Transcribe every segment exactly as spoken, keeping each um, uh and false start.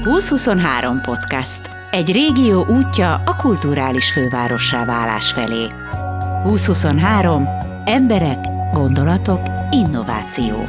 húsz-huszonhárom podcast. Egy régió útja a kulturális fővárossá válás felé. húsz-huszonhárom. Emberek, gondolatok, innováció.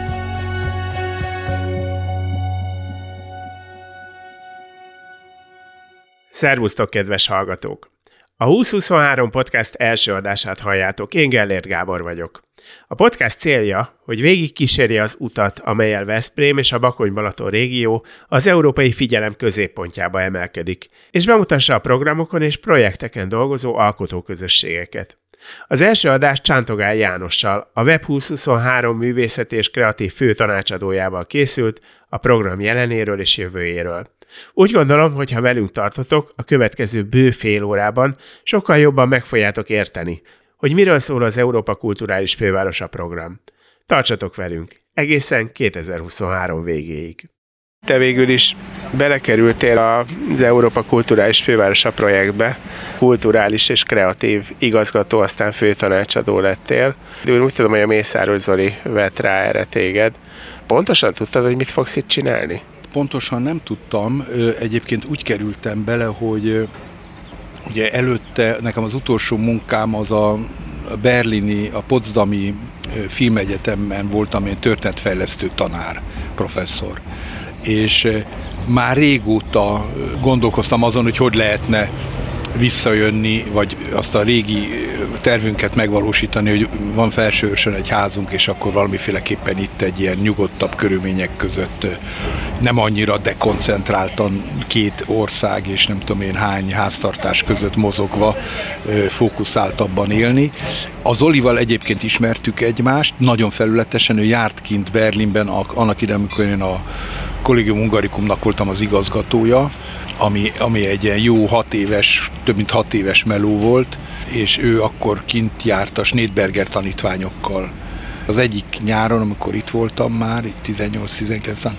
Szervusztok, kedves hallgatók! A húsz-huszonhárom podcast első adását halljátok, én Gellért Gábor vagyok. A podcast célja, hogy végigkísérje az utat, amellyel Veszprém és a Bakony-Balaton régió az európai figyelem középpontjába emelkedik, és bemutassa a programokon és projekteken dolgozó alkotóközösségeket. Az első adás Csántogál Jánossal, a Web húsz-huszonhárom művészeti és kreatív főtanácsadójával készült, a program jelenéről és jövőjéről. Úgy gondolom, hogy ha velünk tartotok, a következő bő fél órában sokkal jobban meg fogjátok érteni, hogy miről szól az Európa Kulturális Fővárosa program. Tartsatok velünk, egészen kétezer-huszonhárom végéig. Te végül is belekerültél az Európa Kulturális Fővárosa projektbe, kulturális és kreatív igazgató, aztán főtanácsadó lettél. De én úgy tudom, hogy a Mészáros Zoli vett rá erre téged. Pontosan tudtad, hogy mit fogsz itt csinálni? Pontosan nem tudtam. Egyébként úgy kerültem bele, hogy ugye előtte nekem az utolsó munkám az a berlini, a Potsdami Filmegyetemen voltam, én történetfejlesztő tanár, professzor. És már régóta gondolkoztam azon, hogy hogy lehetne visszajönni, vagy azt a régi tervünket megvalósítani, hogy van Felsőörsön egy házunk, és akkor valamiféleképpen itt egy ilyen nyugodtabb körülmények között nem annyira dekoncentráltan két ország, és nem tudom én hány háztartás között mozogva fókuszáltabban élni. Az Zolival egyébként ismertük egymást, nagyon felületesen, ő járt kint Berlinben, annak idején, amikor én a Collegium Hungaricumnak voltam az igazgatója, Ami, ami egy ilyen jó hat éves, több mint hat éves meló volt, és ő akkor kint járt a Schneidberger tanítványokkal. Az egyik nyáron, amikor itt voltam már, itt tizennyolc-tizenkilenc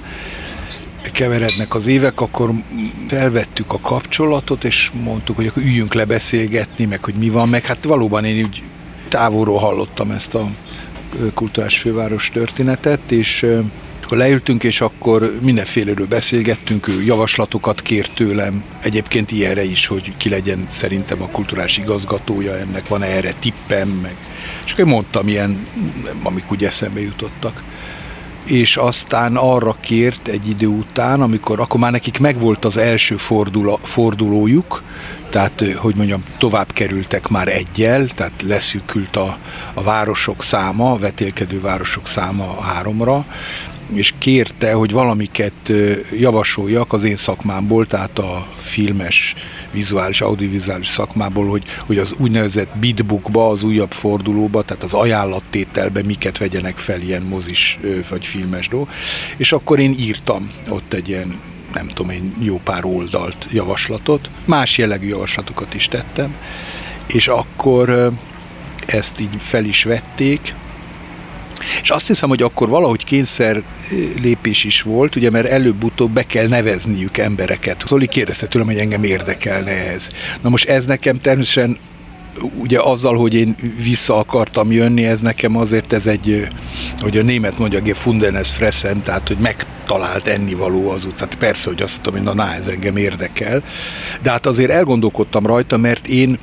keverednek az évek, akkor felvettük a kapcsolatot, és mondtuk, hogy akkor üljünk le beszélgetni, meg hogy mi van, meg hát valóban én úgy távolról hallottam ezt a kulturális főváros történetet, és akkor leültünk, és akkor mindenféleről beszélgettünk, ő javaslatokat kért tőlem, egyébként ilyenre is, hogy ki legyen szerintem a kulturális igazgatója, ennek van erre tippem, meg. És akkor mondtam ilyen, amik úgy eszembe jutottak. És aztán arra kért egy idő után, amikor akkor már nekik megvolt az első forduló, fordulójuk, tehát, hogy mondjam, tovább kerültek már eggyel, tehát leszűkült a, a városok száma, a vetélkedő városok száma háromra, és kérte, hogy valamiket javasoljak az én szakmámból, tehát a filmes, vizuális, audiovizuális szakmából, hogy, hogy az úgynevezett bitbookba, az újabb fordulóba, tehát az ajánlattételbe miket vegyenek fel ilyen mozis vagy filmes dolgok. És akkor én írtam ott egy ilyen, nem tudom én, jó pár oldalt, javaslatot, más jellegű javaslatokat is tettem, és akkor ezt így fel is vették, és azt hiszem, hogy akkor valahogy kényszer lépés is volt, ugye, mert előbb-utóbb be kell nevezniük embereket. Zoli kérdezte tőlem, hogy engem érdekelne ez. Na most ez nekem természetesen, ugye azzal, hogy én vissza akartam jönni, ez nekem azért ez egy, hogy a német mondja, gefundenes fressen, tehát hogy megtalált ennivaló az utcán. Persze, hogy azt mondtam, hogy na, na, ez engem érdekel. De hát azért elgondolkodtam rajta, mert én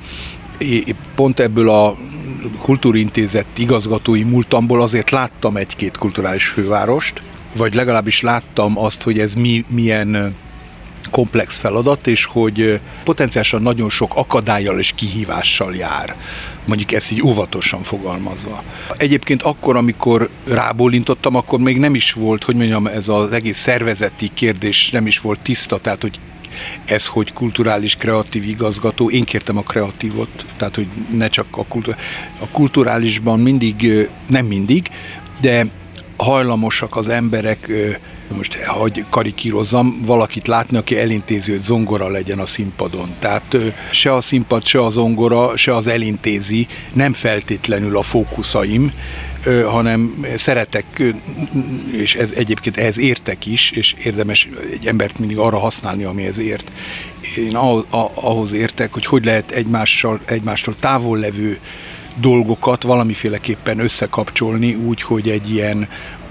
pont ebből a kultúrintézet igazgatói múltamból azért láttam egy-két kulturális fővárost, vagy legalábbis láttam azt, hogy ez mi, milyen komplex feladat, és hogy potenciálisan nagyon sok akadállyal és kihívással jár. Mondjuk ezt így óvatosan fogalmazva. Egyébként akkor, amikor rábólintottam, akkor még nem is volt, hogy mondjam, ez az egész szervezeti kérdés nem is volt tiszta, tehát hogy ez, hogy kulturális, kreatív igazgató, én kértem a kreatívot, tehát, hogy ne csak a, kultúr... a kulturálisban mindig, nem mindig, de hajlamosak az emberek, most hogy karikírozzam, valakit látni, aki elintézi, hogy zongora legyen a színpadon. Tehát se a színpad, se a zongora, se az elintézi, nem feltétlenül a fókuszaim, hanem szeretek, és ez egyébként ehhez értek is, és érdemes egy embert mindig arra használni, amihez ért. Én ahhoz értek, hogy hogy lehet egymással, egymástól távol levő dolgokat valamiféleképpen összekapcsolni úgy, hogy egy ilyen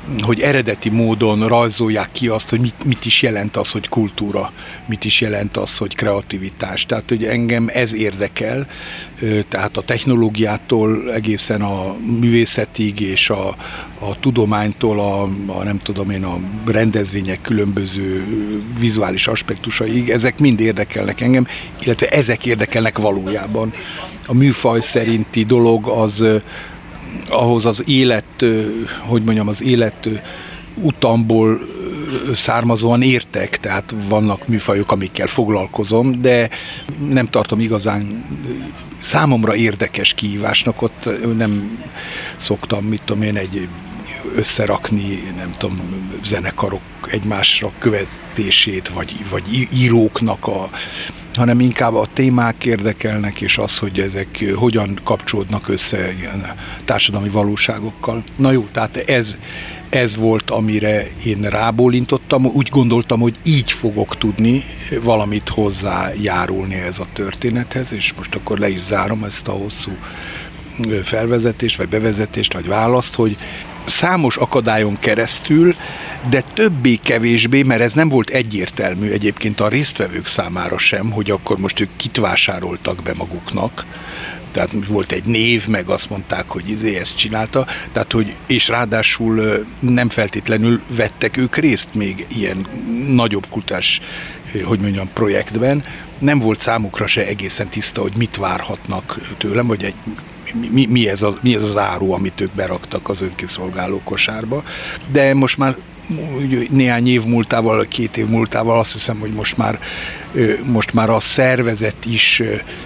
hogy eredeti módon rajzolják ki azt, hogy mit, mit is jelent az, hogy kultúra, mit is jelent az, hogy kreativitás. Tehát, hogy engem ez érdekel, tehát a technológiától egészen a művészetig és a, a tudománytól a, a nem tudom én, a rendezvények különböző vizuális aspektusaig, ezek mind érdekelnek engem, illetve ezek érdekelnek valójában. A műfaj szerinti dolog az ahhoz az élet, hogy mondjam, az élet utamból származóan értek, tehát vannak műfajok, amikkel foglalkozom, de nem tartom igazán számomra érdekes kihívásnak, ott nem szoktam, mit tudom én, egy összerakni, nem tudom, zenekarok egymásra követését, vagy, vagy íróknak a, hanem inkább a témák érdekelnek, és az, hogy ezek hogyan kapcsolódnak össze ilyen társadalmi valóságokkal. Na jó, tehát ez, ez volt, amire én rábólintottam, úgy gondoltam, hogy így fogok tudni valamit hozzájárulni ez a történethez, és most akkor le is zárom ezt a hosszú felvezetést, vagy bevezetést, vagy választ, hogy számos akadályon keresztül, de többé-kevésbé, mert ez nem volt egyértelmű egyébként a résztvevők számára sem, hogy akkor most ők kit vásároltak be maguknak. Tehát volt egy név, meg azt mondták, hogy izé ezt csinálta, tehát hogy, és ráadásul nem feltétlenül vettek ők részt még ilyen nagyobb kutás, hogy mondjam, projektben. Nem volt számukra se egészen tiszta, hogy mit várhatnak tőlem, vagy egy Mi, mi, ez az, mi ez az áru, amit ők beraktak az önkiszolgáló kosárba. De most már néhány év múltával, két év múltával azt hiszem, hogy most már, most már a szervezet is,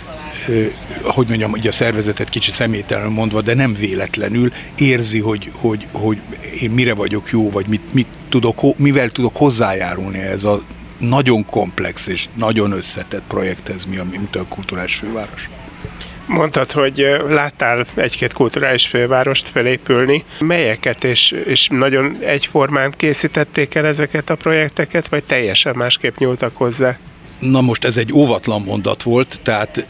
hogy mondjam, ugye a szervezetet kicsit személytelenül mondva, de nem véletlenül érzi, hogy, hogy, hogy én mire vagyok jó, vagy mit, mit tudok, mivel tudok hozzájárulni ez a nagyon komplex és nagyon összetett projekthez, mint a kulturális főváros. Mondtad, hogy láttál egy-két kulturális fővárost felépülni. Melyeket és, és nagyon egyformán készítették el ezeket a projekteket, vagy teljesen másképp nyúltak hozzá? Na most ez egy óvatlan mondat volt, tehát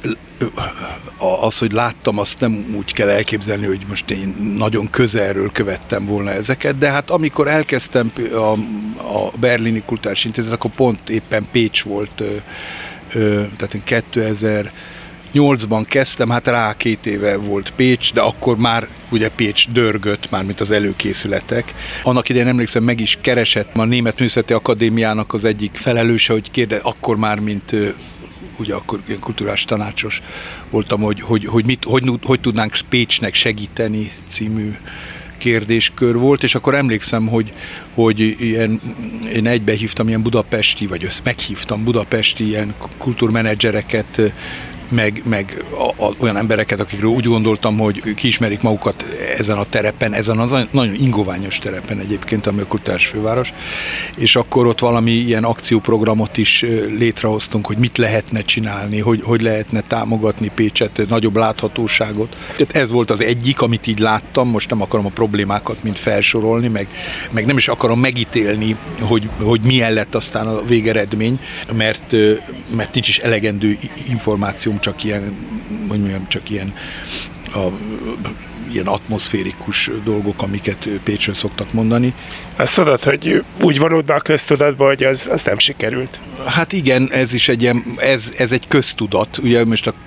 az, hogy láttam, azt nem úgy kell elképzelni, hogy most én nagyon közelről követtem volna ezeket, de hát amikor elkezdtem a, a Berlini Kulturális Intézet, akkor pont éppen Pécs volt, tehát én kétezer-nyolcban kezdtem, hát rá két éve volt Pécs, de akkor már ugye Pécs dörgött, már mint az előkészületek. Annak idején emlékszem, meg is keresett a Német Művészeti Akadémiának az egyik felelőse, hogy kérde, akkor már, mint ugye akkor ilyen kulturális tanácsos voltam, hogy, hogy, hogy, mit, hogy, hogy tudnánk Pécsnek segíteni című kérdéskör volt, és akkor emlékszem, hogy, hogy ilyen, én egybehívtam ilyen budapesti, vagy össz meghívtam budapesti ilyen kultúrmenedzsereket, meg, meg a, a, olyan embereket, akikről úgy gondoltam, hogy kiismerik magukat ezen a terepen, ezen az nagyon ingoványos terepen egyébként, ami a kulturális főváros, és akkor ott valami ilyen akcióprogramot is létrehoztunk, hogy mit lehetne csinálni, hogy, hogy lehetne támogatni Pécset, nagyobb láthatóságot. Tehát ez volt az egyik, amit így láttam, most nem akarom a problémákat mind felsorolni, meg, meg nem is akarom megítélni, hogy, hogy milyen lett aztán a végeredmény, mert, mert nincs is elegendő információ, csak ilyen, hogy mondjam, csak ilyen, a, ilyen atmoszférikus dolgok, amiket Pécsről szoktak mondani. Azt tudod, hogy úgy vonult be a köztudatba, hogy az, az nem sikerült? Hát igen, ez is egy ilyen, ez, ez egy köztudat, ugye most a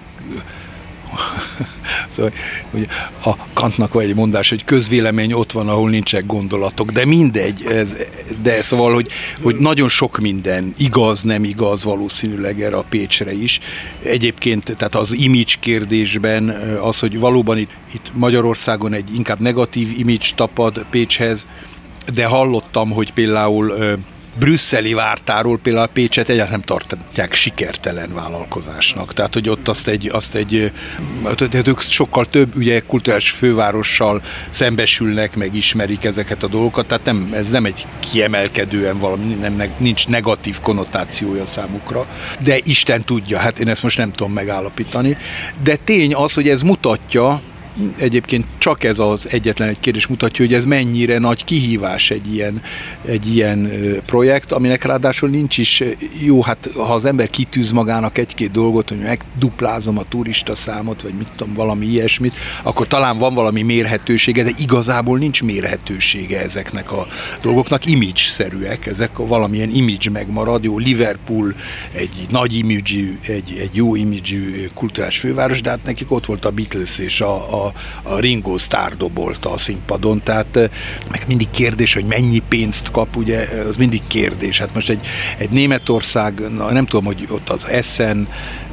szóval, ugye, a Kantnak van egy mondás, hogy közvélemény ott van, ahol nincsenek gondolatok, de mindegy, ez, de szóval, hogy, hogy nagyon sok minden igaz, nem igaz valószínűleg erre a Pécsre is. Egyébként, tehát az image kérdésben az, hogy valóban itt, itt Magyarországon egy inkább negatív image tapad Pécshez, de hallottam, hogy például brüsszeli vártáról például Pécset egyáltalán nem tartják sikertelen vállalkozásnak. Tehát, hogy ott azt egy, azt egy tehát ők sokkal több ugye kulturális fővárossal szembesülnek, meg ismerik ezeket a dolgokat, tehát nem, ez nem egy kiemelkedően valami, nem, nincs negatív konnotációja számukra, de Isten tudja, hát én ezt most nem tudom megállapítani. De tény az, hogy ez mutatja, egyébként csak ez az egyetlen egy kérdés mutatja, hogy ez mennyire nagy kihívás egy ilyen, egy ilyen projekt, aminek ráadásul nincs is jó, hát ha az ember kitűz magának egy-két dolgot, hogy megduplázom a turista számot, vagy mit tudom, valami ilyesmit, akkor talán van valami mérhetősége, de igazából nincs mérhetősége ezeknek a dolgoknak, image-szerűek, ezek valamilyen image megmarad, jó, Liverpool egy nagy image, egy, egy jó image kulturális főváros, de hát nekik ott volt a Beatles és a, a, a Ringo Starr dobolta a színpadon, tehát meg mindig kérdés, hogy mennyi pénzt kap, ugye, az mindig kérdés. Hát most egy, egy Németország, nem tudom, hogy ott az Essen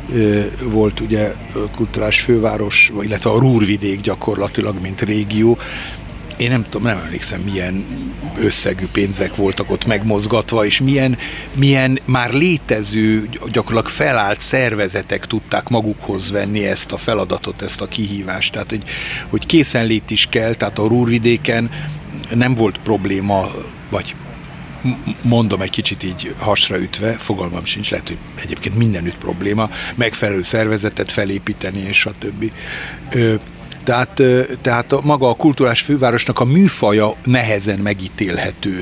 volt ugye kulturális főváros, illetve a Ruhrvidék gyakorlatilag, mint régió. Én nem tudom, nem emlékszem, milyen összegű pénzek voltak ott megmozgatva, és milyen, milyen már létező, gyakorlatilag felállt szervezetek tudták magukhoz venni ezt a feladatot, ezt a kihívást. Tehát, hogy, hogy készenlét is kell, tehát a Ruhrvidéken nem volt probléma, vagy mondom egy kicsit így hasra ütve, fogalmam sincs, lehet, hogy egyébként mindenütt probléma, megfelelő szervezetet felépíteni, és stb. Tehát, tehát maga a kulturális fővárosnak a műfaja nehezen megítélhető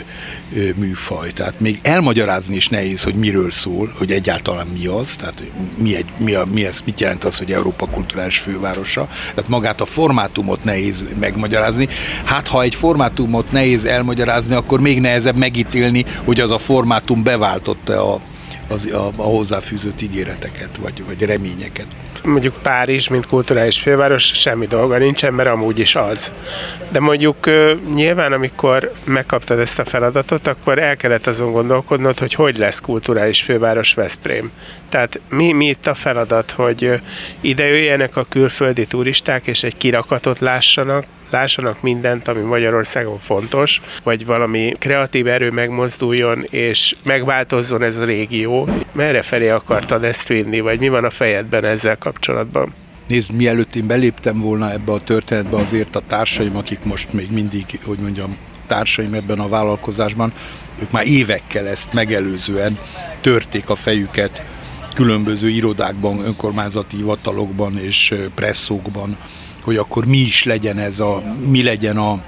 műfaj. Tehát még elmagyarázni is nehéz, hogy miről szól, hogy egyáltalán mi az, tehát mi, egy, mi, a, mi ez, mit jelent az, hogy Európa kulturális fővárosa. Tehát magát a formátumot nehéz megmagyarázni. Hát ha egy formátumot nehéz elmagyarázni, akkor még nehezebb megítélni, hogy az a formátum beváltotta a, az, a, a hozzáfűzött ígéreteket, vagy, vagy reményeket. Mondjuk Párizs, mint kulturális főváros, semmi dolga nincsen, mert amúgy is az. De mondjuk nyilván, amikor megkaptad ezt a feladatot, akkor el kellett azon gondolkodnod, hogy hogy lesz kulturális főváros Veszprém. Tehát mi, mi itt a feladat, hogy ide jöjjenek a külföldi turisták, és egy kirakatot lássanak, lássanak mindent, ami Magyarországon fontos, vagy valami kreatív erő megmozduljon, és megváltozzon ez a régió. Merre felé akartad ezt vinni, vagy mi van a fejedben ezzel kapcsolatban? Nézd, mielőtt én beléptem volna ebbe a történetbe, azért a társaim, akik most még mindig, hogy mondjam, társaim ebben a vállalkozásban, ők már évekkel ezt megelőzően törték a fejüket különböző irodákban, önkormányzati hivatalokban és presszókban, hogy akkor mi is legyen ez a, mi legyen a,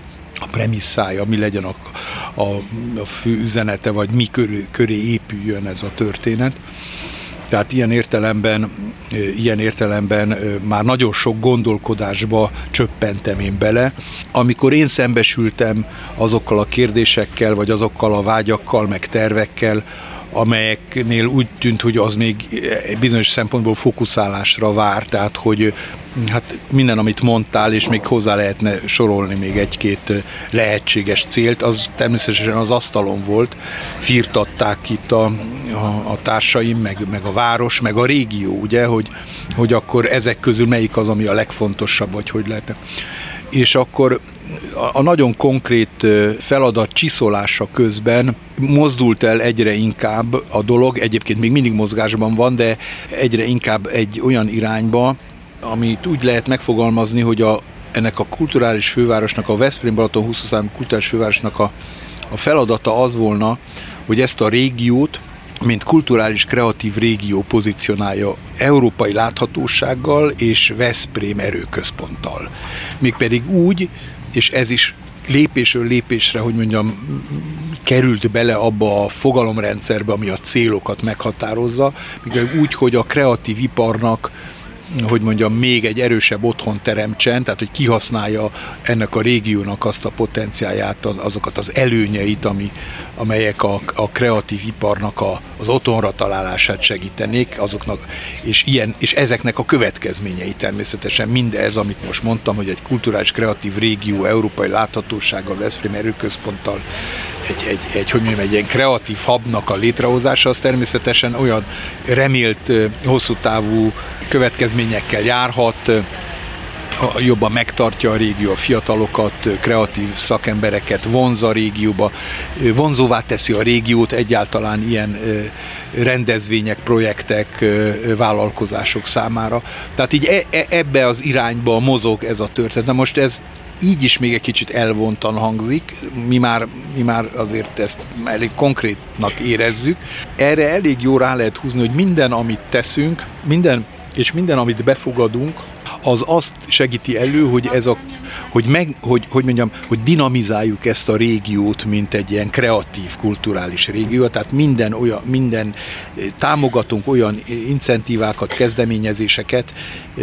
a premisszája, mi legyen a, a, a fő üzenete, vagy mi köré, köré épüljön ez a történet. Tehát ilyen értelemben, ilyen értelemben már nagyon sok gondolkodásba csöppentem én bele. Amikor én szembesültem azokkal a kérdésekkel, vagy azokkal a vágyakkal, meg tervekkel, amelyeknél úgy tűnt, hogy az még bizonyos szempontból fókuszálásra vár, tehát hogy hát minden, amit mondtál, és még hozzá lehetne sorolni még egy-két lehetséges célt, az természetesen az asztalon volt, firtatták itt a, a, a társaim, meg, meg a város, meg a régió, ugye, hogy, hogy akkor ezek közül melyik az, ami a legfontosabb, vagy hogy lehetne. És akkor a nagyon konkrét feladat csiszolása közben mozdult el egyre inkább a dolog, egyébként még mindig mozgásban van, de egyre inkább egy olyan irányba, amit úgy lehet megfogalmazni, hogy a, ennek a kulturális fővárosnak, a Veszprém-Balaton huszonhárom kulturális fővárosnak a, a feladata az volna, hogy ezt a régiót, mint kulturális kreatív régió pozícionálja európai láthatósággal és Veszprém erőközponttal. Mégpedig úgy, és ez is lépésről lépésre, hogy mondjam, került bele abba a fogalomrendszerbe, ami a célokat meghatározza, mégpedig úgy, hogy a kreatív iparnak, hogy mondjam, még egy erősebb otthon teremtsen, tehát hogy kihasználja ennek a régiónak azt a potenciáját, azokat az előnyeit, ami, amelyek a, a kreatív iparnak a, az otthonra találását segítenék, azoknak, és, ilyen, és ezeknek a következményei természetesen mindez, amit most mondtam, hogy egy kulturális kreatív régió európai láthatósággal, Veszprém erőközponttal, egy, egy, egy, hogy mondjam, egy ilyen kreatív hubnak a létrehozása, az természetesen olyan remélt, hosszú távú következményekkel járhat, jobban megtartja a régió a fiatalokat, kreatív szakembereket vonz a régióba, vonzóvá teszi a régiót egyáltalán ilyen rendezvények, projektek, vállalkozások számára. Tehát így ebbe az irányba mozog ez a történet. Na most ez így is még egy kicsit elvontan hangzik, mi már, mi már azért ezt elég konkrétnak érezzük. Erre elég jó rá lehet húzni, hogy minden, amit teszünk, minden és minden, amit befogadunk, az azt segíti elő, hogy ez a hogy, meg, hogy, hogy mondjam, hogy dinamizáljuk ezt a régiót, mint egy ilyen kreatív, kulturális régió, tehát minden, olyan, minden támogatunk olyan incentívákat, kezdeményezéseket,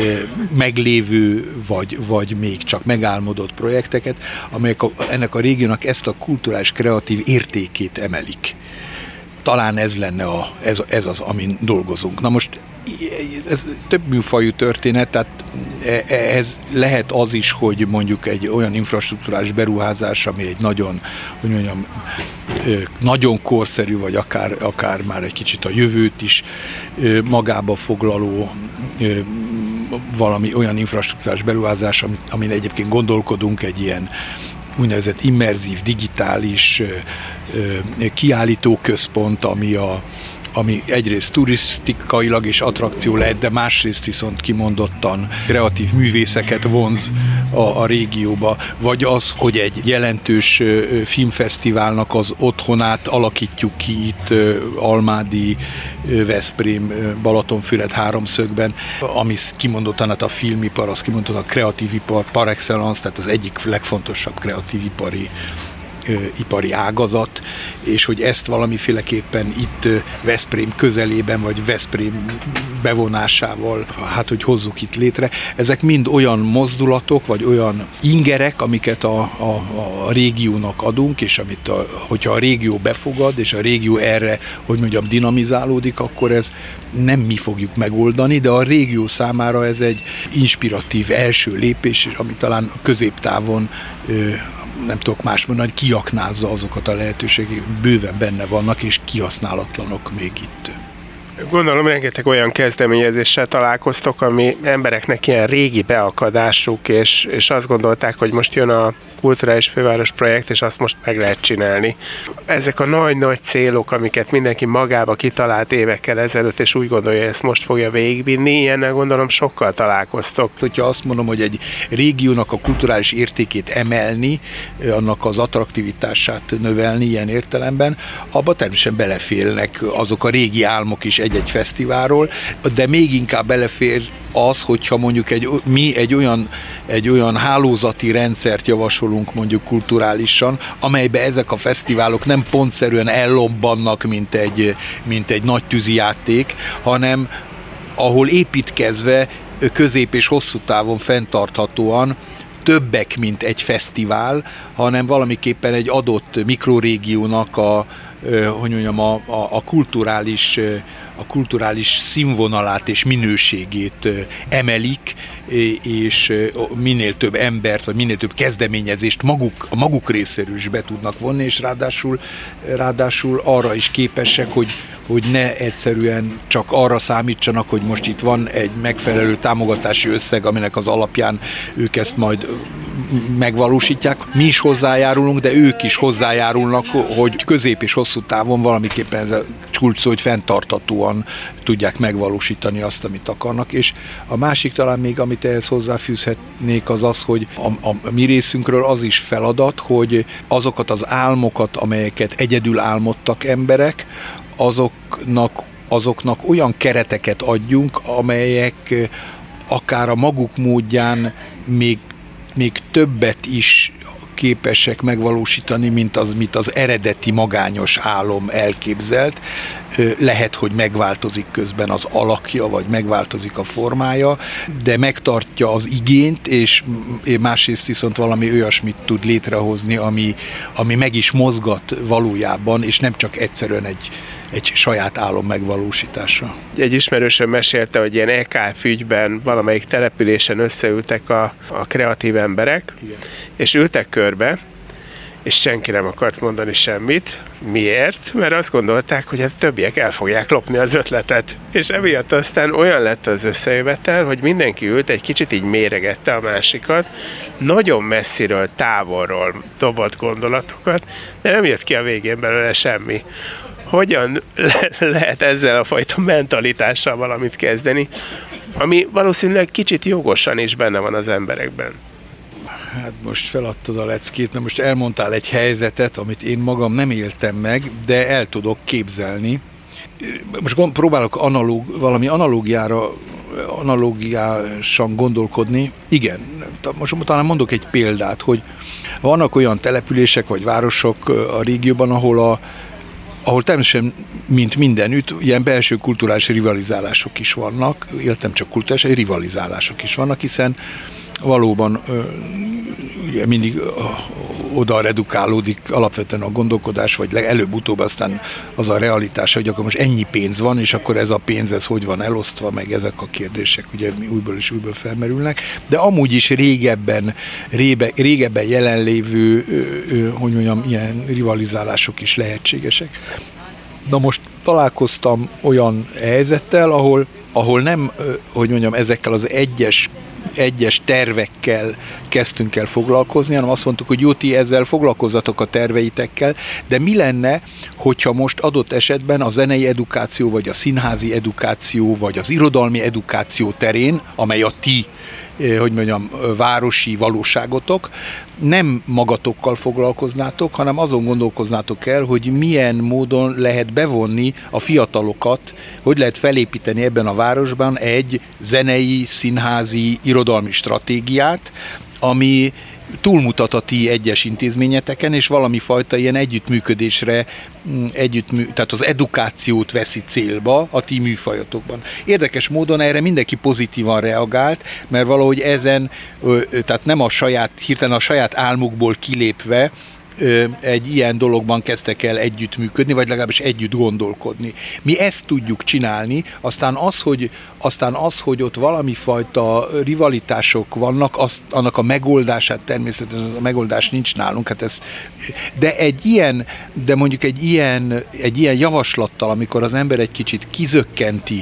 meglévő, vagy, vagy még csak megálmodott projekteket, amelyek a, ennek a régiónak ezt a kulturális, kreatív értékét emelik. Talán ez lenne a, ez, ez az, amin dolgozunk. Na most ez több műfajú történet, tehát ez lehet az is, hogy mondjuk egy olyan infrastruktúrás beruházás, ami egy nagyon, hogy mondjam, nagyon korszerű, vagy akár, akár már egy kicsit a jövőt is magába foglaló valami olyan infrastruktúrás beruházás, amin egyébként gondolkodunk, egy ilyen úgynevezett immerzív, digitális kiállítóközpont, ami a ami egyrészt turisztikailag és attrakció lehet, de másrészt viszont kimondottan kreatív művészeket vonz a, a régióba, vagy az, hogy egy jelentős filmfesztiválnak az otthonát alakítjuk ki itt Almádi, Veszprém, Balatonfüred háromszögben, ami kimondottan hát a filmipar, az kimondottan a kreatív ipar par excellence, tehát az egyik legfontosabb kreatív ipari ipari ágazat, és hogy ezt valamiféleképpen itt Veszprém közelében, vagy Veszprém bevonásával, hát hogy hozzuk itt létre. Ezek mind olyan mozdulatok, vagy olyan ingerek, amiket a, a, a régiónak adunk, és amit a, hogyha a régió befogad, és a régió erre, hogy mondjam, dinamizálódik, akkor ez nem mi fogjuk megoldani, de a régió számára ez egy inspiratív első lépés, ami talán középtávon nem tudok más mondani, kiaknázza azokat a lehetőségek, bőven benne vannak, és kihasználatlanok még itt. Gondolom, rengeteg olyan kezdeményezéssel találkoztok, ami embereknek ilyen régi beakadásuk, és, és azt gondolták, hogy most jön a kulturális főváros projekt, és azt most meg lehet csinálni. Ezek a nagy-nagy célok, amiket mindenki magába kitalált évekkel ezelőtt, és úgy gondolja, hogy ezt most fogja végigvinni, ilyennel gondolom sokkal találkoztok. Hogyha azt mondom, hogy egy régiónak a kulturális értékét emelni, annak az attraktivitását növelni ilyen értelemben, abba természetesen beleférnek azok a régi álmok is egy-egy fesztiválról, de még inkább belefér az, hogyha mondjuk egy, mi egy olyan, egy olyan hálózati rendszert javasolunk mondjuk kulturálisan, amelybe ezek a fesztiválok nem pontszerűen ellobbannak, mint egy, mint egy nagy tűzijáték, hanem ahol építkezve közép és hosszú távon fenntarthatóan többek, mint egy fesztivál, hanem valamiképpen egy adott mikrorégiónak a, hogy mondjam, a, a, a kulturális a kulturális színvonalát és minőségét emelik, és minél több embert, vagy minél több kezdeményezést maguk, a maguk részéről is be tudnak vonni, és ráadásul, ráadásul arra is képesek, hogy, hogy ne egyszerűen csak arra számítsanak, hogy most itt van egy megfelelő támogatási összeg, aminek az alapján ők ezt majd megvalósítják. Mi is hozzájárulunk, de ők is hozzájárulnak, hogy közép és hosszú távon valamiképpen ez a kulcs szó, hogy fenntarthatóan tudják megvalósítani azt, amit akarnak. És a másik talán még, amit ehhez hozzáfűzhetnék, az az, hogy a, a mi részünkről az is feladat, hogy azokat az álmokat, amelyeket egyedül álmodtak emberek, azoknak, azoknak olyan kereteket adjunk, amelyek akár a maguk módján még, még többet is képesek megvalósítani, mint az, mint az eredeti magányos álom elképzelt. Lehet, hogy megváltozik közben az alakja, vagy megváltozik a formája, de megtartja az igényt, és másrészt viszont valami olyasmit tud létrehozni, ami, ami meg is mozgat valójában, és nem csak egyszerűen egy, egy saját álom megvalósítása. Egy ismerősöm mesélte, hogy ilyen é ká ef ügyben valamelyik településen összeültek a, a kreatív emberek, igen, és ültek körbe, és senki nem akart mondani semmit. Miért? Mert azt gondolták, hogy a többiek el fogják lopni az ötletet. És emiatt aztán olyan lett az összejövetel, hogy mindenki ült, egy kicsit így méregette a másikat, nagyon messziről, távolról dobott gondolatokat, de nem jött ki a végén belőle semmi. Hogyan le- lehet ezzel a fajta mentalitással valamit kezdeni, ami valószínűleg kicsit jogosan is benne van az emberekben? Hát most feladtad a leckét, na most elmondtál egy helyzetet, amit én magam nem éltem meg, de el tudok képzelni. Most próbálok analóg, valami analógiára analógiásan gondolkodni, igen, most talán mondok egy példát, hogy vannak olyan települések vagy városok a régióban, ahol a ahol természetesen, mint mindenütt, ilyen belső kulturális rivalizálások is vannak, értem csak kulturális rivalizálások is vannak, hiszen valóban ugye mindig oda redukálódik alapvetően a gondolkodás, vagy előbb-utóbb aztán az a realitás, hogy akkor most ennyi pénz van, és akkor ez a pénz, ez hogy van elosztva, meg ezek a kérdések ugye újból és újból felmerülnek, de amúgy is régebben, rébe, régebben jelenlévő, hogy mondjam, ilyen rivalizálások is lehetségesek. Na most találkoztam olyan helyzettel, ahol, ahol nem, hogy mondjam, ezekkel az egyes egyes tervekkel kezdtünk el foglalkozni, hanem azt mondtuk, hogy jó, ti ezzel foglalkozzatok a terveitekkel, de mi lenne, hogyha most adott esetben a zenei edukáció, vagy a színházi edukáció, vagy az irodalmi edukáció terén, amely a ti, hogy mondjam, városi valóságotok, nem magatokkal foglalkoznátok, hanem azon gondolkoznátok el, hogy milyen módon lehet bevonni a fiatalokat, hogy lehet felépíteni ebben a városban egy zenei, színházi, irodalmi stratégiát, ami túlmutat a ti egyes intézményeteken, és valami fajta ilyen együttműködésre, együttmű, tehát az edukációt veszi célba a ti műfajotokban. Érdekes módon erre mindenki pozitívan reagált, mert valahogy ezen, tehát nem a saját, hirtelen a saját álmukból kilépve, egy ilyen dologban kezdtek el együttműködni, vagy legalábbis együtt gondolkodni. Mi ezt tudjuk csinálni, aztán az, hogy, aztán az, hogy ott valami fajta rivalitások vannak, az, annak a megoldását természetesen a megoldás nincs nálunk, hát ez, de egy ilyen, de mondjuk egy ilyen, egy ilyen javaslattal, amikor az ember egy kicsit kizökkenti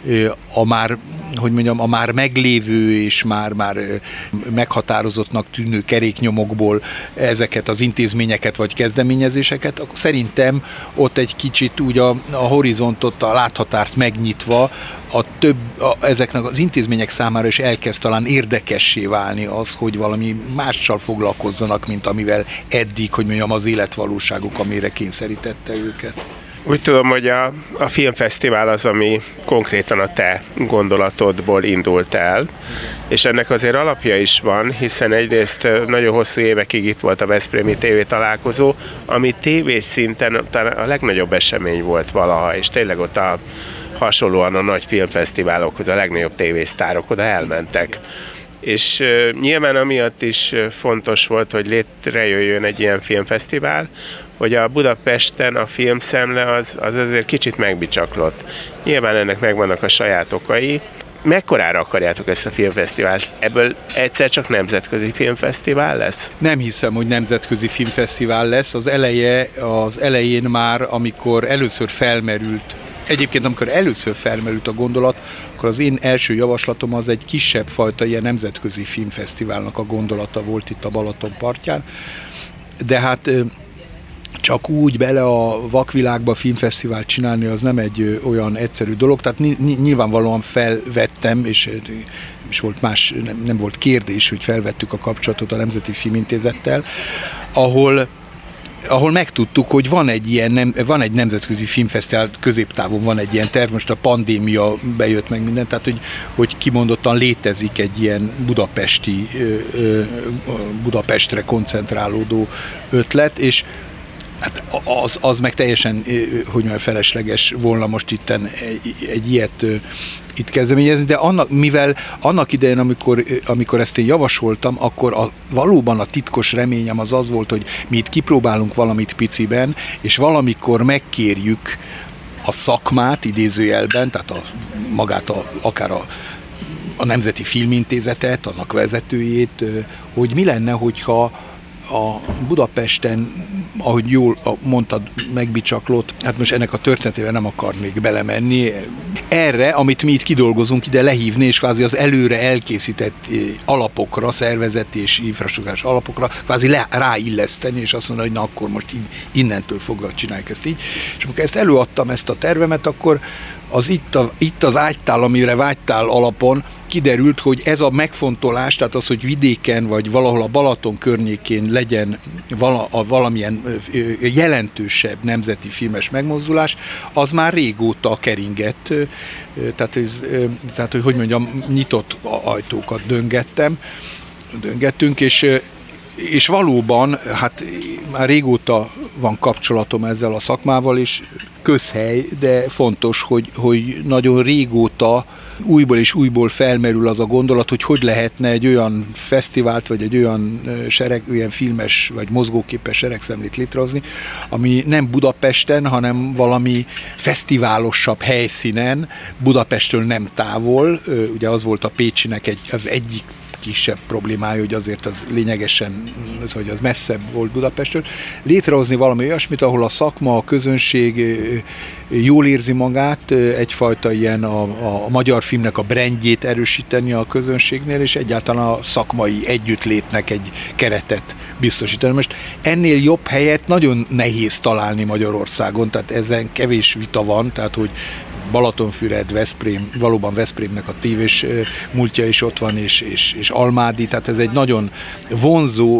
a már, hogy mondjam, a már meglévő és már, már meghatározottnak tűnő keréknyomokból ezeket az intézményeket vagy kezdeményezéseket, akkor szerintem ott egy kicsit úgy a, a horizontot, a láthatárt megnyitva a több, a, ezeknek az intézmények számára is elkezd talán érdekessé válni az, hogy valami mással foglalkozzanak, mint amivel eddig, hogy mondjam, az életvalóságuk, amire kényszerítette őket. Úgy tudom, hogy a, a filmfesztivál az, ami konkrétan a te gondolatodból indult el, és ennek azért alapja is van, hiszen egyrészt nagyon hosszú évekig itt volt a Veszprémi tévé találkozó, ami tévés szinten talán a legnagyobb esemény volt valaha, és tényleg ott a, hasonlóan a nagy filmfesztiválokhoz a legnagyobb tévésztárok oda elmentek. És uh, nyilván amiatt is fontos volt, hogy létrejöjjön egy ilyen filmfesztivál, hogy a Budapesten a filmszemle az, az azért kicsit megbicsaklott. Nyilván ennek megvannak a saját okai. Mekkorára akarjátok ezt a filmfesztivált? Ebből egyszer csak nemzetközi filmfesztivál lesz? Nem hiszem, hogy nemzetközi filmfesztivál lesz. Az eleje, az elején már, amikor először felmerült, Egyébként, amikor először felmerült a gondolat, akkor az én első javaslatom az egy kisebb fajta ilyen nemzetközi filmfesztiválnak a gondolata volt itt a Balaton partján. De hát csak úgy bele a vakvilágba filmfesztivált csinálni, az nem egy olyan egyszerű dolog. Tehát nyilvánvalóan felvettem, és, és volt más, nem, nem volt kérdés, hogy felvettük a kapcsolatot a Nemzeti Filmintézettel, ahol ahol megtudtuk, hogy van egy ilyen nem, van egy nemzetközi filmfesztivál, középtávon van egy ilyen terv, most a pandémia bejött meg minden, tehát hogy, hogy kimondottan létezik egy ilyen budapesti, Budapestre koncentrálódó ötlet, és hát az, az meg teljesen, hogy mondjam, felesleges volna most itten egy, egy ilyet itt kezdeményezni, de annak, mivel annak idején, amikor, amikor ezt én javasoltam, akkor a, valóban a titkos reményem az az volt, hogy mi itt kipróbálunk valamit piciben, és valamikor megkérjük a szakmát, idézőjelben, tehát a, magát a, akár a, a Nemzeti Filmintézetet, annak vezetőjét, hogy mi lenne, hogyha a Budapesten, ahogy jól mondtad, megbicsaklott, hát most ennek a történetében nem akarnék belemenni. Erre, amit mi itt kidolgozunk, ide lehívni, és kvázi az előre elkészített alapokra, szervezeti és infrastruktúrás alapokra kvázi le, ráilleszteni, és azt mondani, hogy na akkor most innentől fogva csináljuk ezt így. És amikor ezt előadtam, ezt a tervemet, akkor az itt, a, itt az ágytál, amire vágytál alapon kiderült, hogy ez a megfontolás, tehát az, hogy vidéken vagy valahol a Balaton környékén legyen vala, a valamilyen jelentősebb nemzeti filmes megmozdulás, az már régóta keringett, tehát, ez, tehát hogy, hogy mondjam, nyitott ajtókat döngettem, döngettünk, és És valóban, hát már régóta van kapcsolatom ezzel a szakmával, és közhely, de fontos, hogy, hogy nagyon régóta újból és újból felmerül az a gondolat, hogy hogy lehetne egy olyan fesztivált, vagy egy olyan, sereg, olyan filmes, vagy mozgóképes seregszemlét létrehozni, ami nem Budapesten, hanem valami fesztiválosabb helyszínen, Budapesttől nem távol, ugye az volt a Pécsinek egy, az egyik kisebb problémája, hogy azért az lényegesen, hogy az messzebb volt Budapesttől. Létrehozni valami olyasmit, ahol a szakma, a közönség jól érzi magát, egyfajta ilyen a, a magyar filmnek a brandjét erősíteni a közönségnél, és egyáltalán a szakmai együttlétnek egy keretet biztosítani. Most ennél jobb helyet nagyon nehéz találni Magyarországon, tehát ezen kevés vita van, tehát hogy Balatonfüred, Veszprém, valóban Veszprémnek a tévés múltja is ott van, és, és, és Almádi, tehát ez egy nagyon vonzó,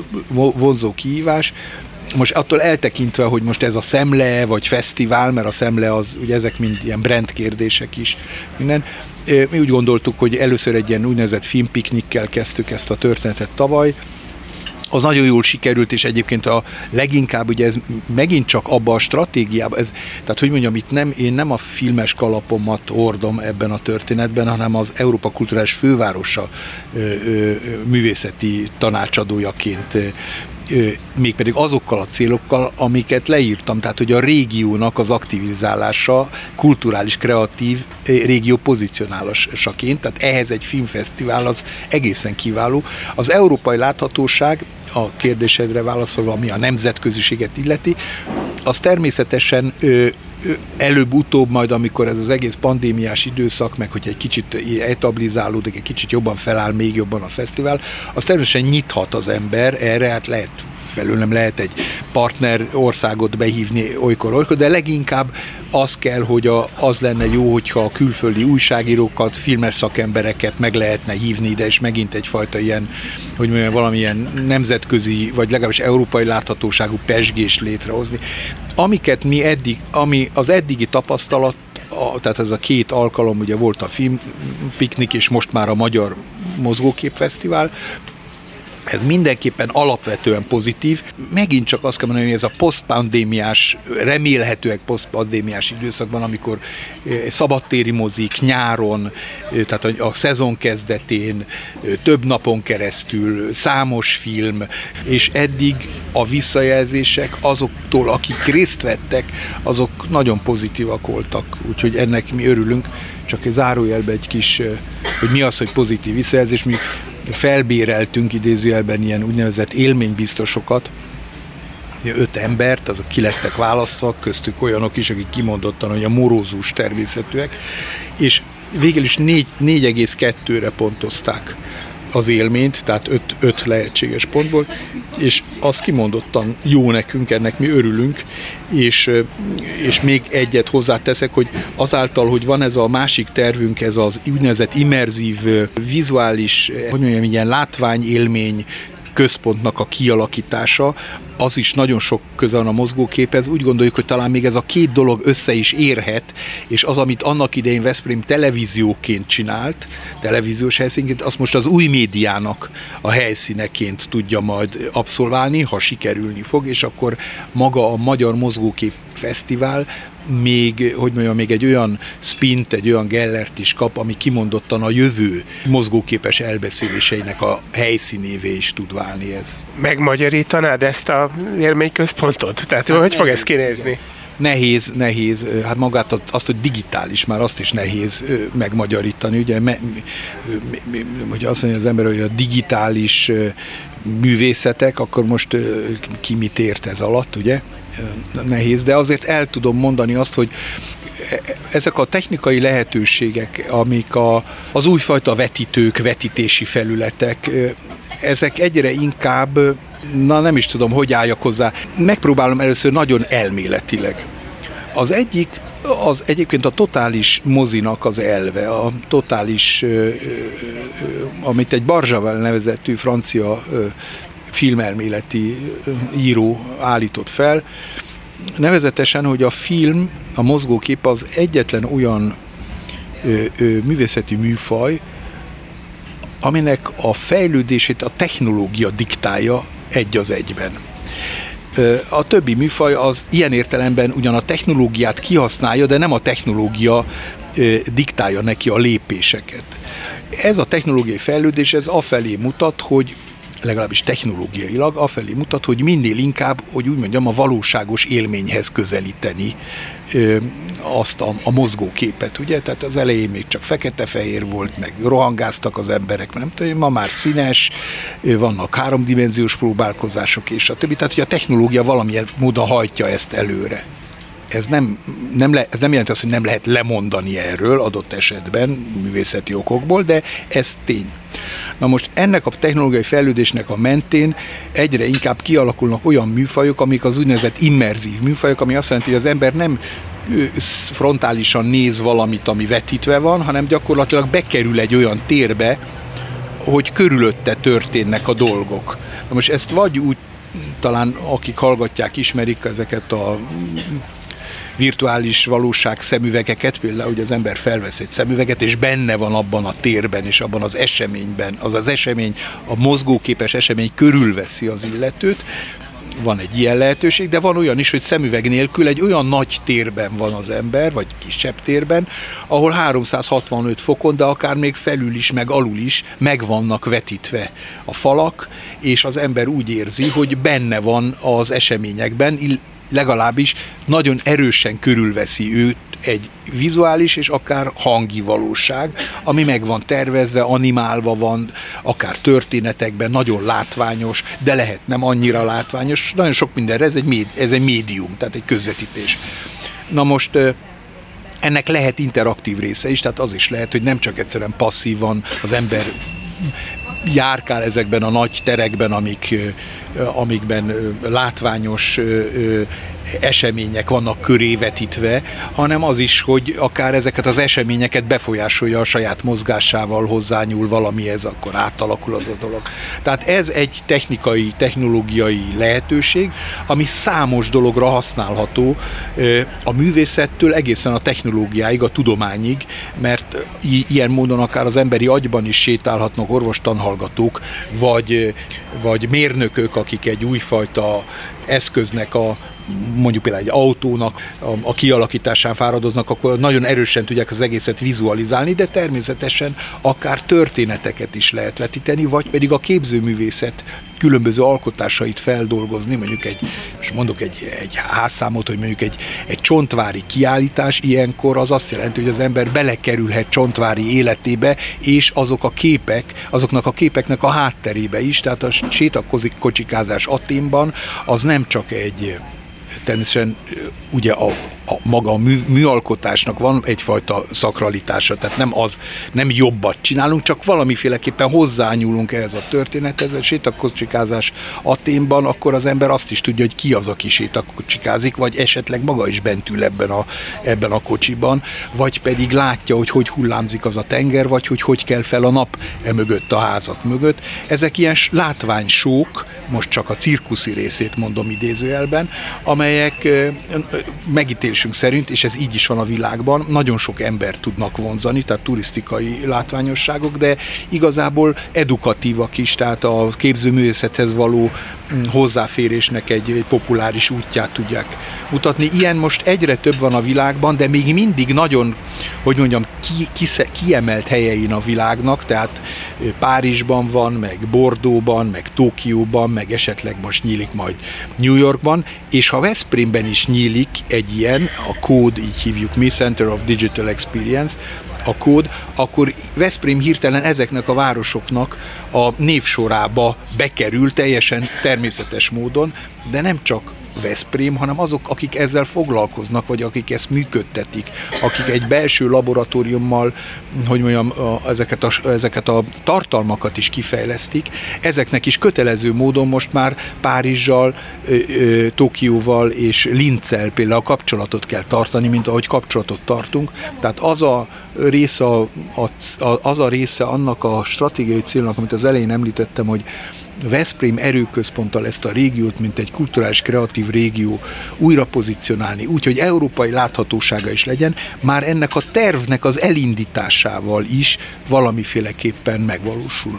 vonzó kihívás. Most attól eltekintve, hogy most ez a szemle, vagy fesztivál, mert a szemle az, ugye ezek mind ilyen brand kérdések is, minden. Mi úgy gondoltuk, hogy először egy ilyen úgynevezett filmpiknikkel kezdtük ezt a történetet tavaly, az nagyon jól sikerült, és egyébként a leginkább ugye ez megint csak abba a stratégiában, ez, tehát hogy mondjam, itt nem, én nem a filmes kalapomat hordom ebben a történetben, hanem az Európa Kulturális Fővárosa ö, ö, művészeti tanácsadójaként, ö, mégpedig azokkal a célokkal, amiket leírtam, tehát hogy a régiónak az aktivizálása, kulturális, kreatív régió pozícionálásaként, tehát ehhez egy filmfesztivál az egészen kiváló. Az európai láthatóság, a kérdésedre válaszolva, ami a nemzetköziséget illeti, az természetesen ö, ö, előbb-utóbb majd, amikor ez az egész pandémiás időszak, meg hogy egy kicsit etablizálódik, egy kicsit jobban feláll, még jobban a fesztivál, az természetesen nyithat az ember erre, hát lehet felül nem lehet egy partner országot behívni olykor-olykor, de leginkább az kell, hogy a, az lenne jó, hogyha a külföldi újságírókat, filmes szakembereket meg lehetne hívni ide, és megint egyfajta ilyen, hogy mondjam, valamilyen nemzetközi, vagy legalábbis európai láthatóságú pezsgést létrehozni. Amiket mi eddig, ami az eddigi tapasztalat, a, tehát ez a két alkalom, ugye volt a filmpiknik, és most már a Magyar Mozgóképfesztivál, ez mindenképpen alapvetően pozitív. Megint csak azt kell mondani, hogy ez a posztpandémiás, remélhetőleg posztpandémiás időszakban, amikor szabadtéri mozik nyáron, tehát a, a szezon kezdetén, több napon keresztül, számos film, és eddig a visszajelzések azoktól, akik részt vettek, azok nagyon pozitívak voltak, úgyhogy ennek mi örülünk. Csak egy zárójelbe egy kis, hogy mi az, hogy pozitív visszajelzés, mi felbéreltünk idézőjelben ilyen úgynevezett élménybiztosokat, öt embert, azok ki lettek választva, köztük olyanok is, akik kimondottan, hogy a morózus természetűek, és végül is négy egész kettőre pontozták az élményt, tehát öt lehetséges pontból, és az kimondottan jó nekünk, ennek mi örülünk, és, és még egyet hozzáteszek, hogy azáltal, hogy van ez a másik tervünk, ez az úgynevezett immerzív, vizuális, hogy mondjam, ilyen látványélmény központnak a kialakítása, az is nagyon sok köze van a mozgóképhez. Úgy gondoljuk, hogy talán még ez a két dolog össze is érhet, és az, amit annak idején Veszprém televízióként csinált, televíziós helyszínként, azt most az új médiának a helyszíneként tudja majd abszolválni, ha sikerülni fog, és akkor maga a Magyar Mozgókép Fesztivál még, hogy mondjam, még egy olyan spint, egy olyan gellert is kap, ami kimondottan a jövő mozgóképes elbeszéléseinek a helyszínévé is tud válni ez. Megmagyarítanád ezt a élményközpontot? Tehát hát hogy fog ez kinézni? Nehéz, nehéz, hát magát azt, hogy digitális, már azt is nehéz megmagyarítani. Ugye, me, hogy azt mondja az ember, hogy a digitális művészetek, akkor most ki mit ért ez alatt, ugye? Nehéz, de azért el tudom mondani azt, hogy ezek a technikai lehetőségek, amik a, az újfajta vetítők, vetítési felületek, ezek egyre inkább, na nem is tudom, hogy álljak hozzá, megpróbálom először nagyon elméletileg. Az egyik, az egyébként a totális mozinak az elve, a totális, amit egy Barjavel nevezetű francia filmelméleti író állított fel, nevezetesen, hogy a film, a mozgókép az egyetlen olyan ö, ö, művészeti műfaj, aminek a fejlődését a technológia diktálja egy az egyben. A többi műfaj az ilyen értelemben ugyan a technológiát kihasználja, de nem a technológia diktálja neki a lépéseket. Ez a technológiai fejlődés, ez afelé mutat, hogy legalábbis technológiailag afelé mutat, hogy minél inkább, hogy úgy mondjam, a valóságos élményhez közelíteni ö, azt a, a mozgóképet, ugye? Tehát az elején még csak fekete-fehér volt, meg rohangáztak az emberek, nem tudom, ma már színes, vannak háromdimenziós próbálkozások, és a többi. Tehát, hogy a technológia valamilyen módon hajtja ezt előre. Ez nem, nem, le, ez nem jelenti azt, hogy nem lehet lemondani erről adott esetben művészeti okokból, de ez tény. Na most ennek a technológiai fejlődésnek a mentén egyre inkább kialakulnak olyan műfajok, amik az úgynevezett immerzív műfajok, ami azt jelenti, hogy az ember nem frontálisan néz valamit, ami vetítve van, hanem gyakorlatilag bekerül egy olyan térbe, hogy körülötte történnek a dolgok. Na most ezt vagy úgy, talán akik hallgatják, ismerik ezeket a virtuális valóság szemüvegeket, például, hogy az ember felvesz egy szemüveget, és benne van abban a térben, és abban az eseményben, az az esemény, a mozgóképes esemény körülveszi az illetőt. Van egy ilyen lehetőség, de van olyan is, hogy szemüveg nélkül egy olyan nagy térben van az ember, vagy kisebb térben, ahol háromszázhatvanöt fokon, de akár még felül is, meg alul is meg vannak vetítve a falak, és az ember úgy érzi, hogy benne van az eseményekben, legalábbis nagyon erősen körülveszi őt egy vizuális és akár hangi valóság, ami meg van tervezve, animálva van, akár történetekben, nagyon látványos, de lehet nem annyira látványos, nagyon sok mindenre, ez egy, méd, ez egy médium, tehát egy közvetítés. Na most ennek lehet interaktív része is, tehát az is lehet, hogy nem csak egyszerűen passzívan az ember járkál ezekben a nagy terekben, amik, amikben látványos események vannak körévetítve, hanem az is, hogy akár ezeket az eseményeket befolyásolja a saját mozgásával, hozzányúl valamihez, akkor átalakul az a dolog. Tehát ez egy technikai, technológiai lehetőség, ami számos dologra használható a művészettől egészen a technológiáig, a tudományig, mert i- ilyen módon akár az emberi agyban is sétálhatnak orvostanhallgatók, vagy, vagy mérnökök, akik egy újfajta eszköznek a mondjuk például egy autónak a, a kialakításán fáradoznak, akkor nagyon erősen tudják az egészet vizualizálni, de természetesen akár történeteket is lehet vetíteni, vagy pedig a képzőművészet különböző alkotásait feldolgozni, mondjuk egy, és mondok egy, egy házszámot, hogy mondjuk egy, egy csontvári kiállítás, ilyenkor az azt jelenti, hogy az ember belekerülhet Csontvári életébe, és azok a képek, azoknak a képeknek a hátterébe is, tehát a sétakocsikázás Athénban az nem csak egy természetesen ugye a, a maga a mű, műalkotásnak van egyfajta szakralitása, tehát nem az, nem jobbat csinálunk, csak valamiféleképpen hozzányúlunk ehhez a történethez. A sétakocsikázás Athénban, akkor az ember azt is tudja, hogy ki az, aki sétakocsikázik, vagy esetleg maga is bent ül ebben a, ebben a kocsiban, vagy pedig látja, hogy hogy hullámzik az a tenger, vagy hogy hogy kell fel a nap e mögött, a házak mögött. Ezek ilyen látványsók, most csak a cirkuszi részét mondom idézőjelben, amelyek megítélésünk szerint, és ez így is van a világban, nagyon sok embert tudnak vonzani, tehát turisztikai látványosságok, de igazából edukatívak is, tehát a képzőművészethez való hozzáférésnek egy, egy populáris útját tudják mutatni. Ilyen most egyre több van a világban, de még mindig nagyon, hogy mondjam, ki, kisze, kiemelt helyein a világnak, tehát Párizsban van, meg Bordeauxban, meg Tokióban, meg esetleg most nyílik majd New Yorkban, és ha Veszprémben is nyílik egy ilyen, a kód, így hívjuk mi, Center of Digital Experience, a kód, akkor Veszprém hirtelen ezeknek a városoknak a névsorába bekerül teljesen természetes módon, de nem csak Veszprém, hanem azok, akik ezzel foglalkoznak, vagy akik ezt működtetik, akik egy belső laboratóriummal, hogy mondjam, ezeket a, ezeket a tartalmakat is kifejlesztik, ezeknek is kötelező módon most már Párizsal, Tokióval és Linccel például kapcsolatot kell tartani, mint ahogy kapcsolatot tartunk. Tehát az a része, a, a, az a része annak a stratégiai célnak, amit az elején említettem, hogy Veszprém erőközponttal ezt a régiót, mint egy kulturális kreatív régió újra pozícionálni, úgyhogy európai láthatósága is legyen, már ennek a tervnek az elindításával is valamiféleképpen megvalósul.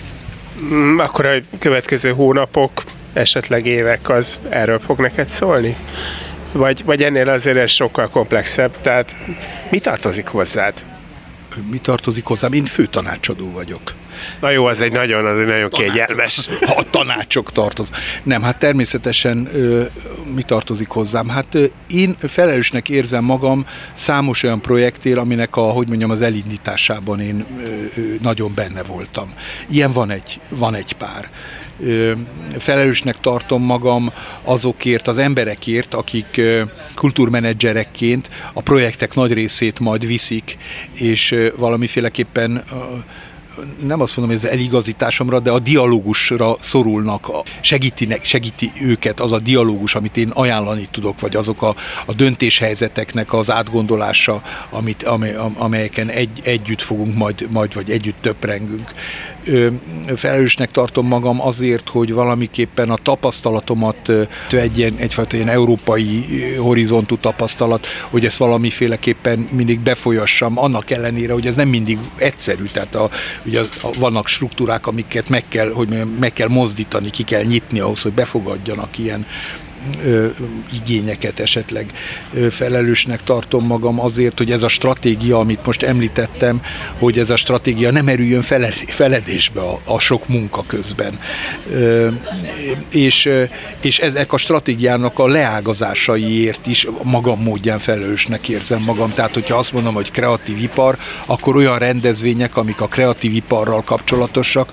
Akkor a következő hónapok, esetleg évek az erről fog neked szólni? Vagy, vagy ennél azért ez sokkal komplexebb, tehát mi tartozik hozzád? Mi tartozik hozzám? Én főtanácsadó vagyok. Na jó, az egy nagyon, az egy nagyon kényelmes. A tanácsok tartoznak. Nem, hát természetesen ö, mi tartozik hozzám? Hát ö, én felelősnek érzem magam számos olyan projektért, aminek a, hogy mondjam, az elindításában én ö, ö, nagyon benne voltam. Ilyen van egy, van egy pár. Ö, felelősnek tartom magam azokért, az emberekért, akik ö, kultúrmenedzserekként a projektek nagy részét majd viszik, és ö, valamiféleképpen ö, nem azt mondom, hogy ez eligazításomra, de a dialógusra szorulnak, segítinek, segíti őket az a dialógus, amit én ajánlani tudok, vagy azok a, a döntéshelyzeteknek az átgondolása, amit, amely, amelyeken egy, együtt fogunk majd, majd, vagy együtt töprengünk. Felelősnek tartom magam azért, hogy valamiképpen a tapasztalatomat, egy ilyen, egyfajta ilyen európai horizontú tapasztalat, hogy ezt valamiféleképpen mindig befolyassam, annak ellenére, hogy ez nem mindig egyszerű, tehát a, ugye vannak struktúrák, amiket meg kell, hogy meg kell mozdítani, ki kell nyitni ahhoz, hogy befogadjanak ilyen Ö, igényeket, esetleg ö, felelősnek tartom magam azért, hogy ez a stratégia, amit most említettem, hogy ez a stratégia nem erüljön fele, feledésbe a, a sok munka közben. Ö, és, és ezek a stratégiának a leágazásaiért is magam módján felelősnek érzem magam. Tehát, hogyha azt mondom, hogy kreatív ipar, akkor olyan rendezvények, amik a kreatív iparral kapcsolatosak,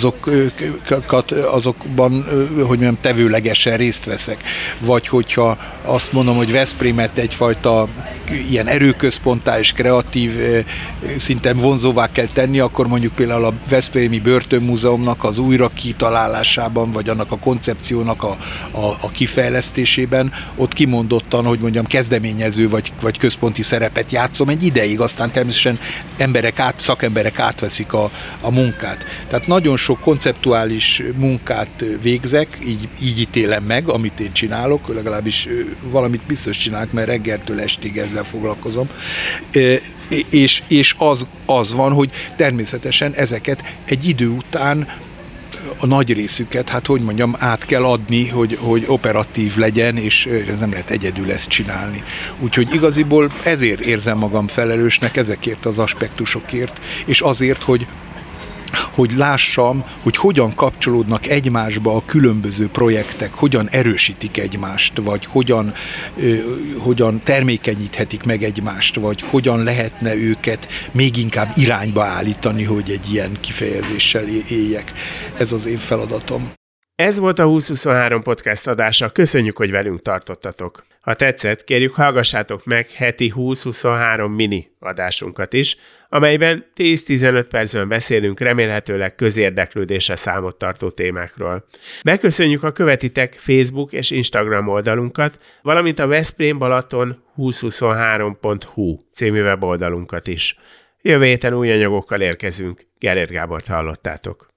azokat, azokban, hogy mondjam, tevőlegesen részt veszek. Vagy hogyha azt mondom, hogy Veszprémet egyfajta ilyen erőközponttá és kreatív szinten vonzóvá kell tenni, akkor mondjuk például a Veszprémi Börtönmúzeumnak az újra kitalálásában, vagy annak a koncepciónak a, a, a kifejlesztésében, ott kimondottan, hogy mondjam, kezdeményező vagy, vagy központi szerepet játszom egy ideig, aztán természetesen emberek át, szakemberek átveszik a, a munkát. Tehát nagyon sok konceptuális munkát végzek, így, így ítélem meg, amit én csinálok, legalábbis valamit biztos csinálok, mert reggeltől estig ezzel foglalkozom. És, és az, az van, hogy természetesen ezeket egy idő után a nagy részüket, hát hogy mondjam, át kell adni, hogy, hogy operatív legyen, és nem lehet egyedül ezt csinálni. Úgyhogy igaziból ezért érzem magam felelősnek, ezekért az aspektusokért, és azért, hogy hogy lássam, hogy hogyan kapcsolódnak egymásba a különböző projektek, hogyan erősítik egymást, vagy hogyan, ö, hogyan termékenyíthetik meg egymást, vagy hogyan lehetne őket még inkább irányba állítani, hogy egy ilyen kifejezéssel éljek. Ez az én feladatom. Ez volt a húsz huszonhárom podcast adása, köszönjük, hogy velünk tartottatok. Ha tetszett, kérjük, hallgassátok meg heti húsz huszonhárom mini adásunkat is, amelyben tíz-tizenöt percben beszélünk remélhetőleg közérdeklődésre számot tartó témákról. Megköszönjük, ha követitek Facebook és Instagram oldalunkat, valamint a Veszprém Balaton húszszázhuszonhárom pont hu című weboldalunkat is. Jövő héten új anyagokkal érkezünk. Gellért Gábort hallottátok.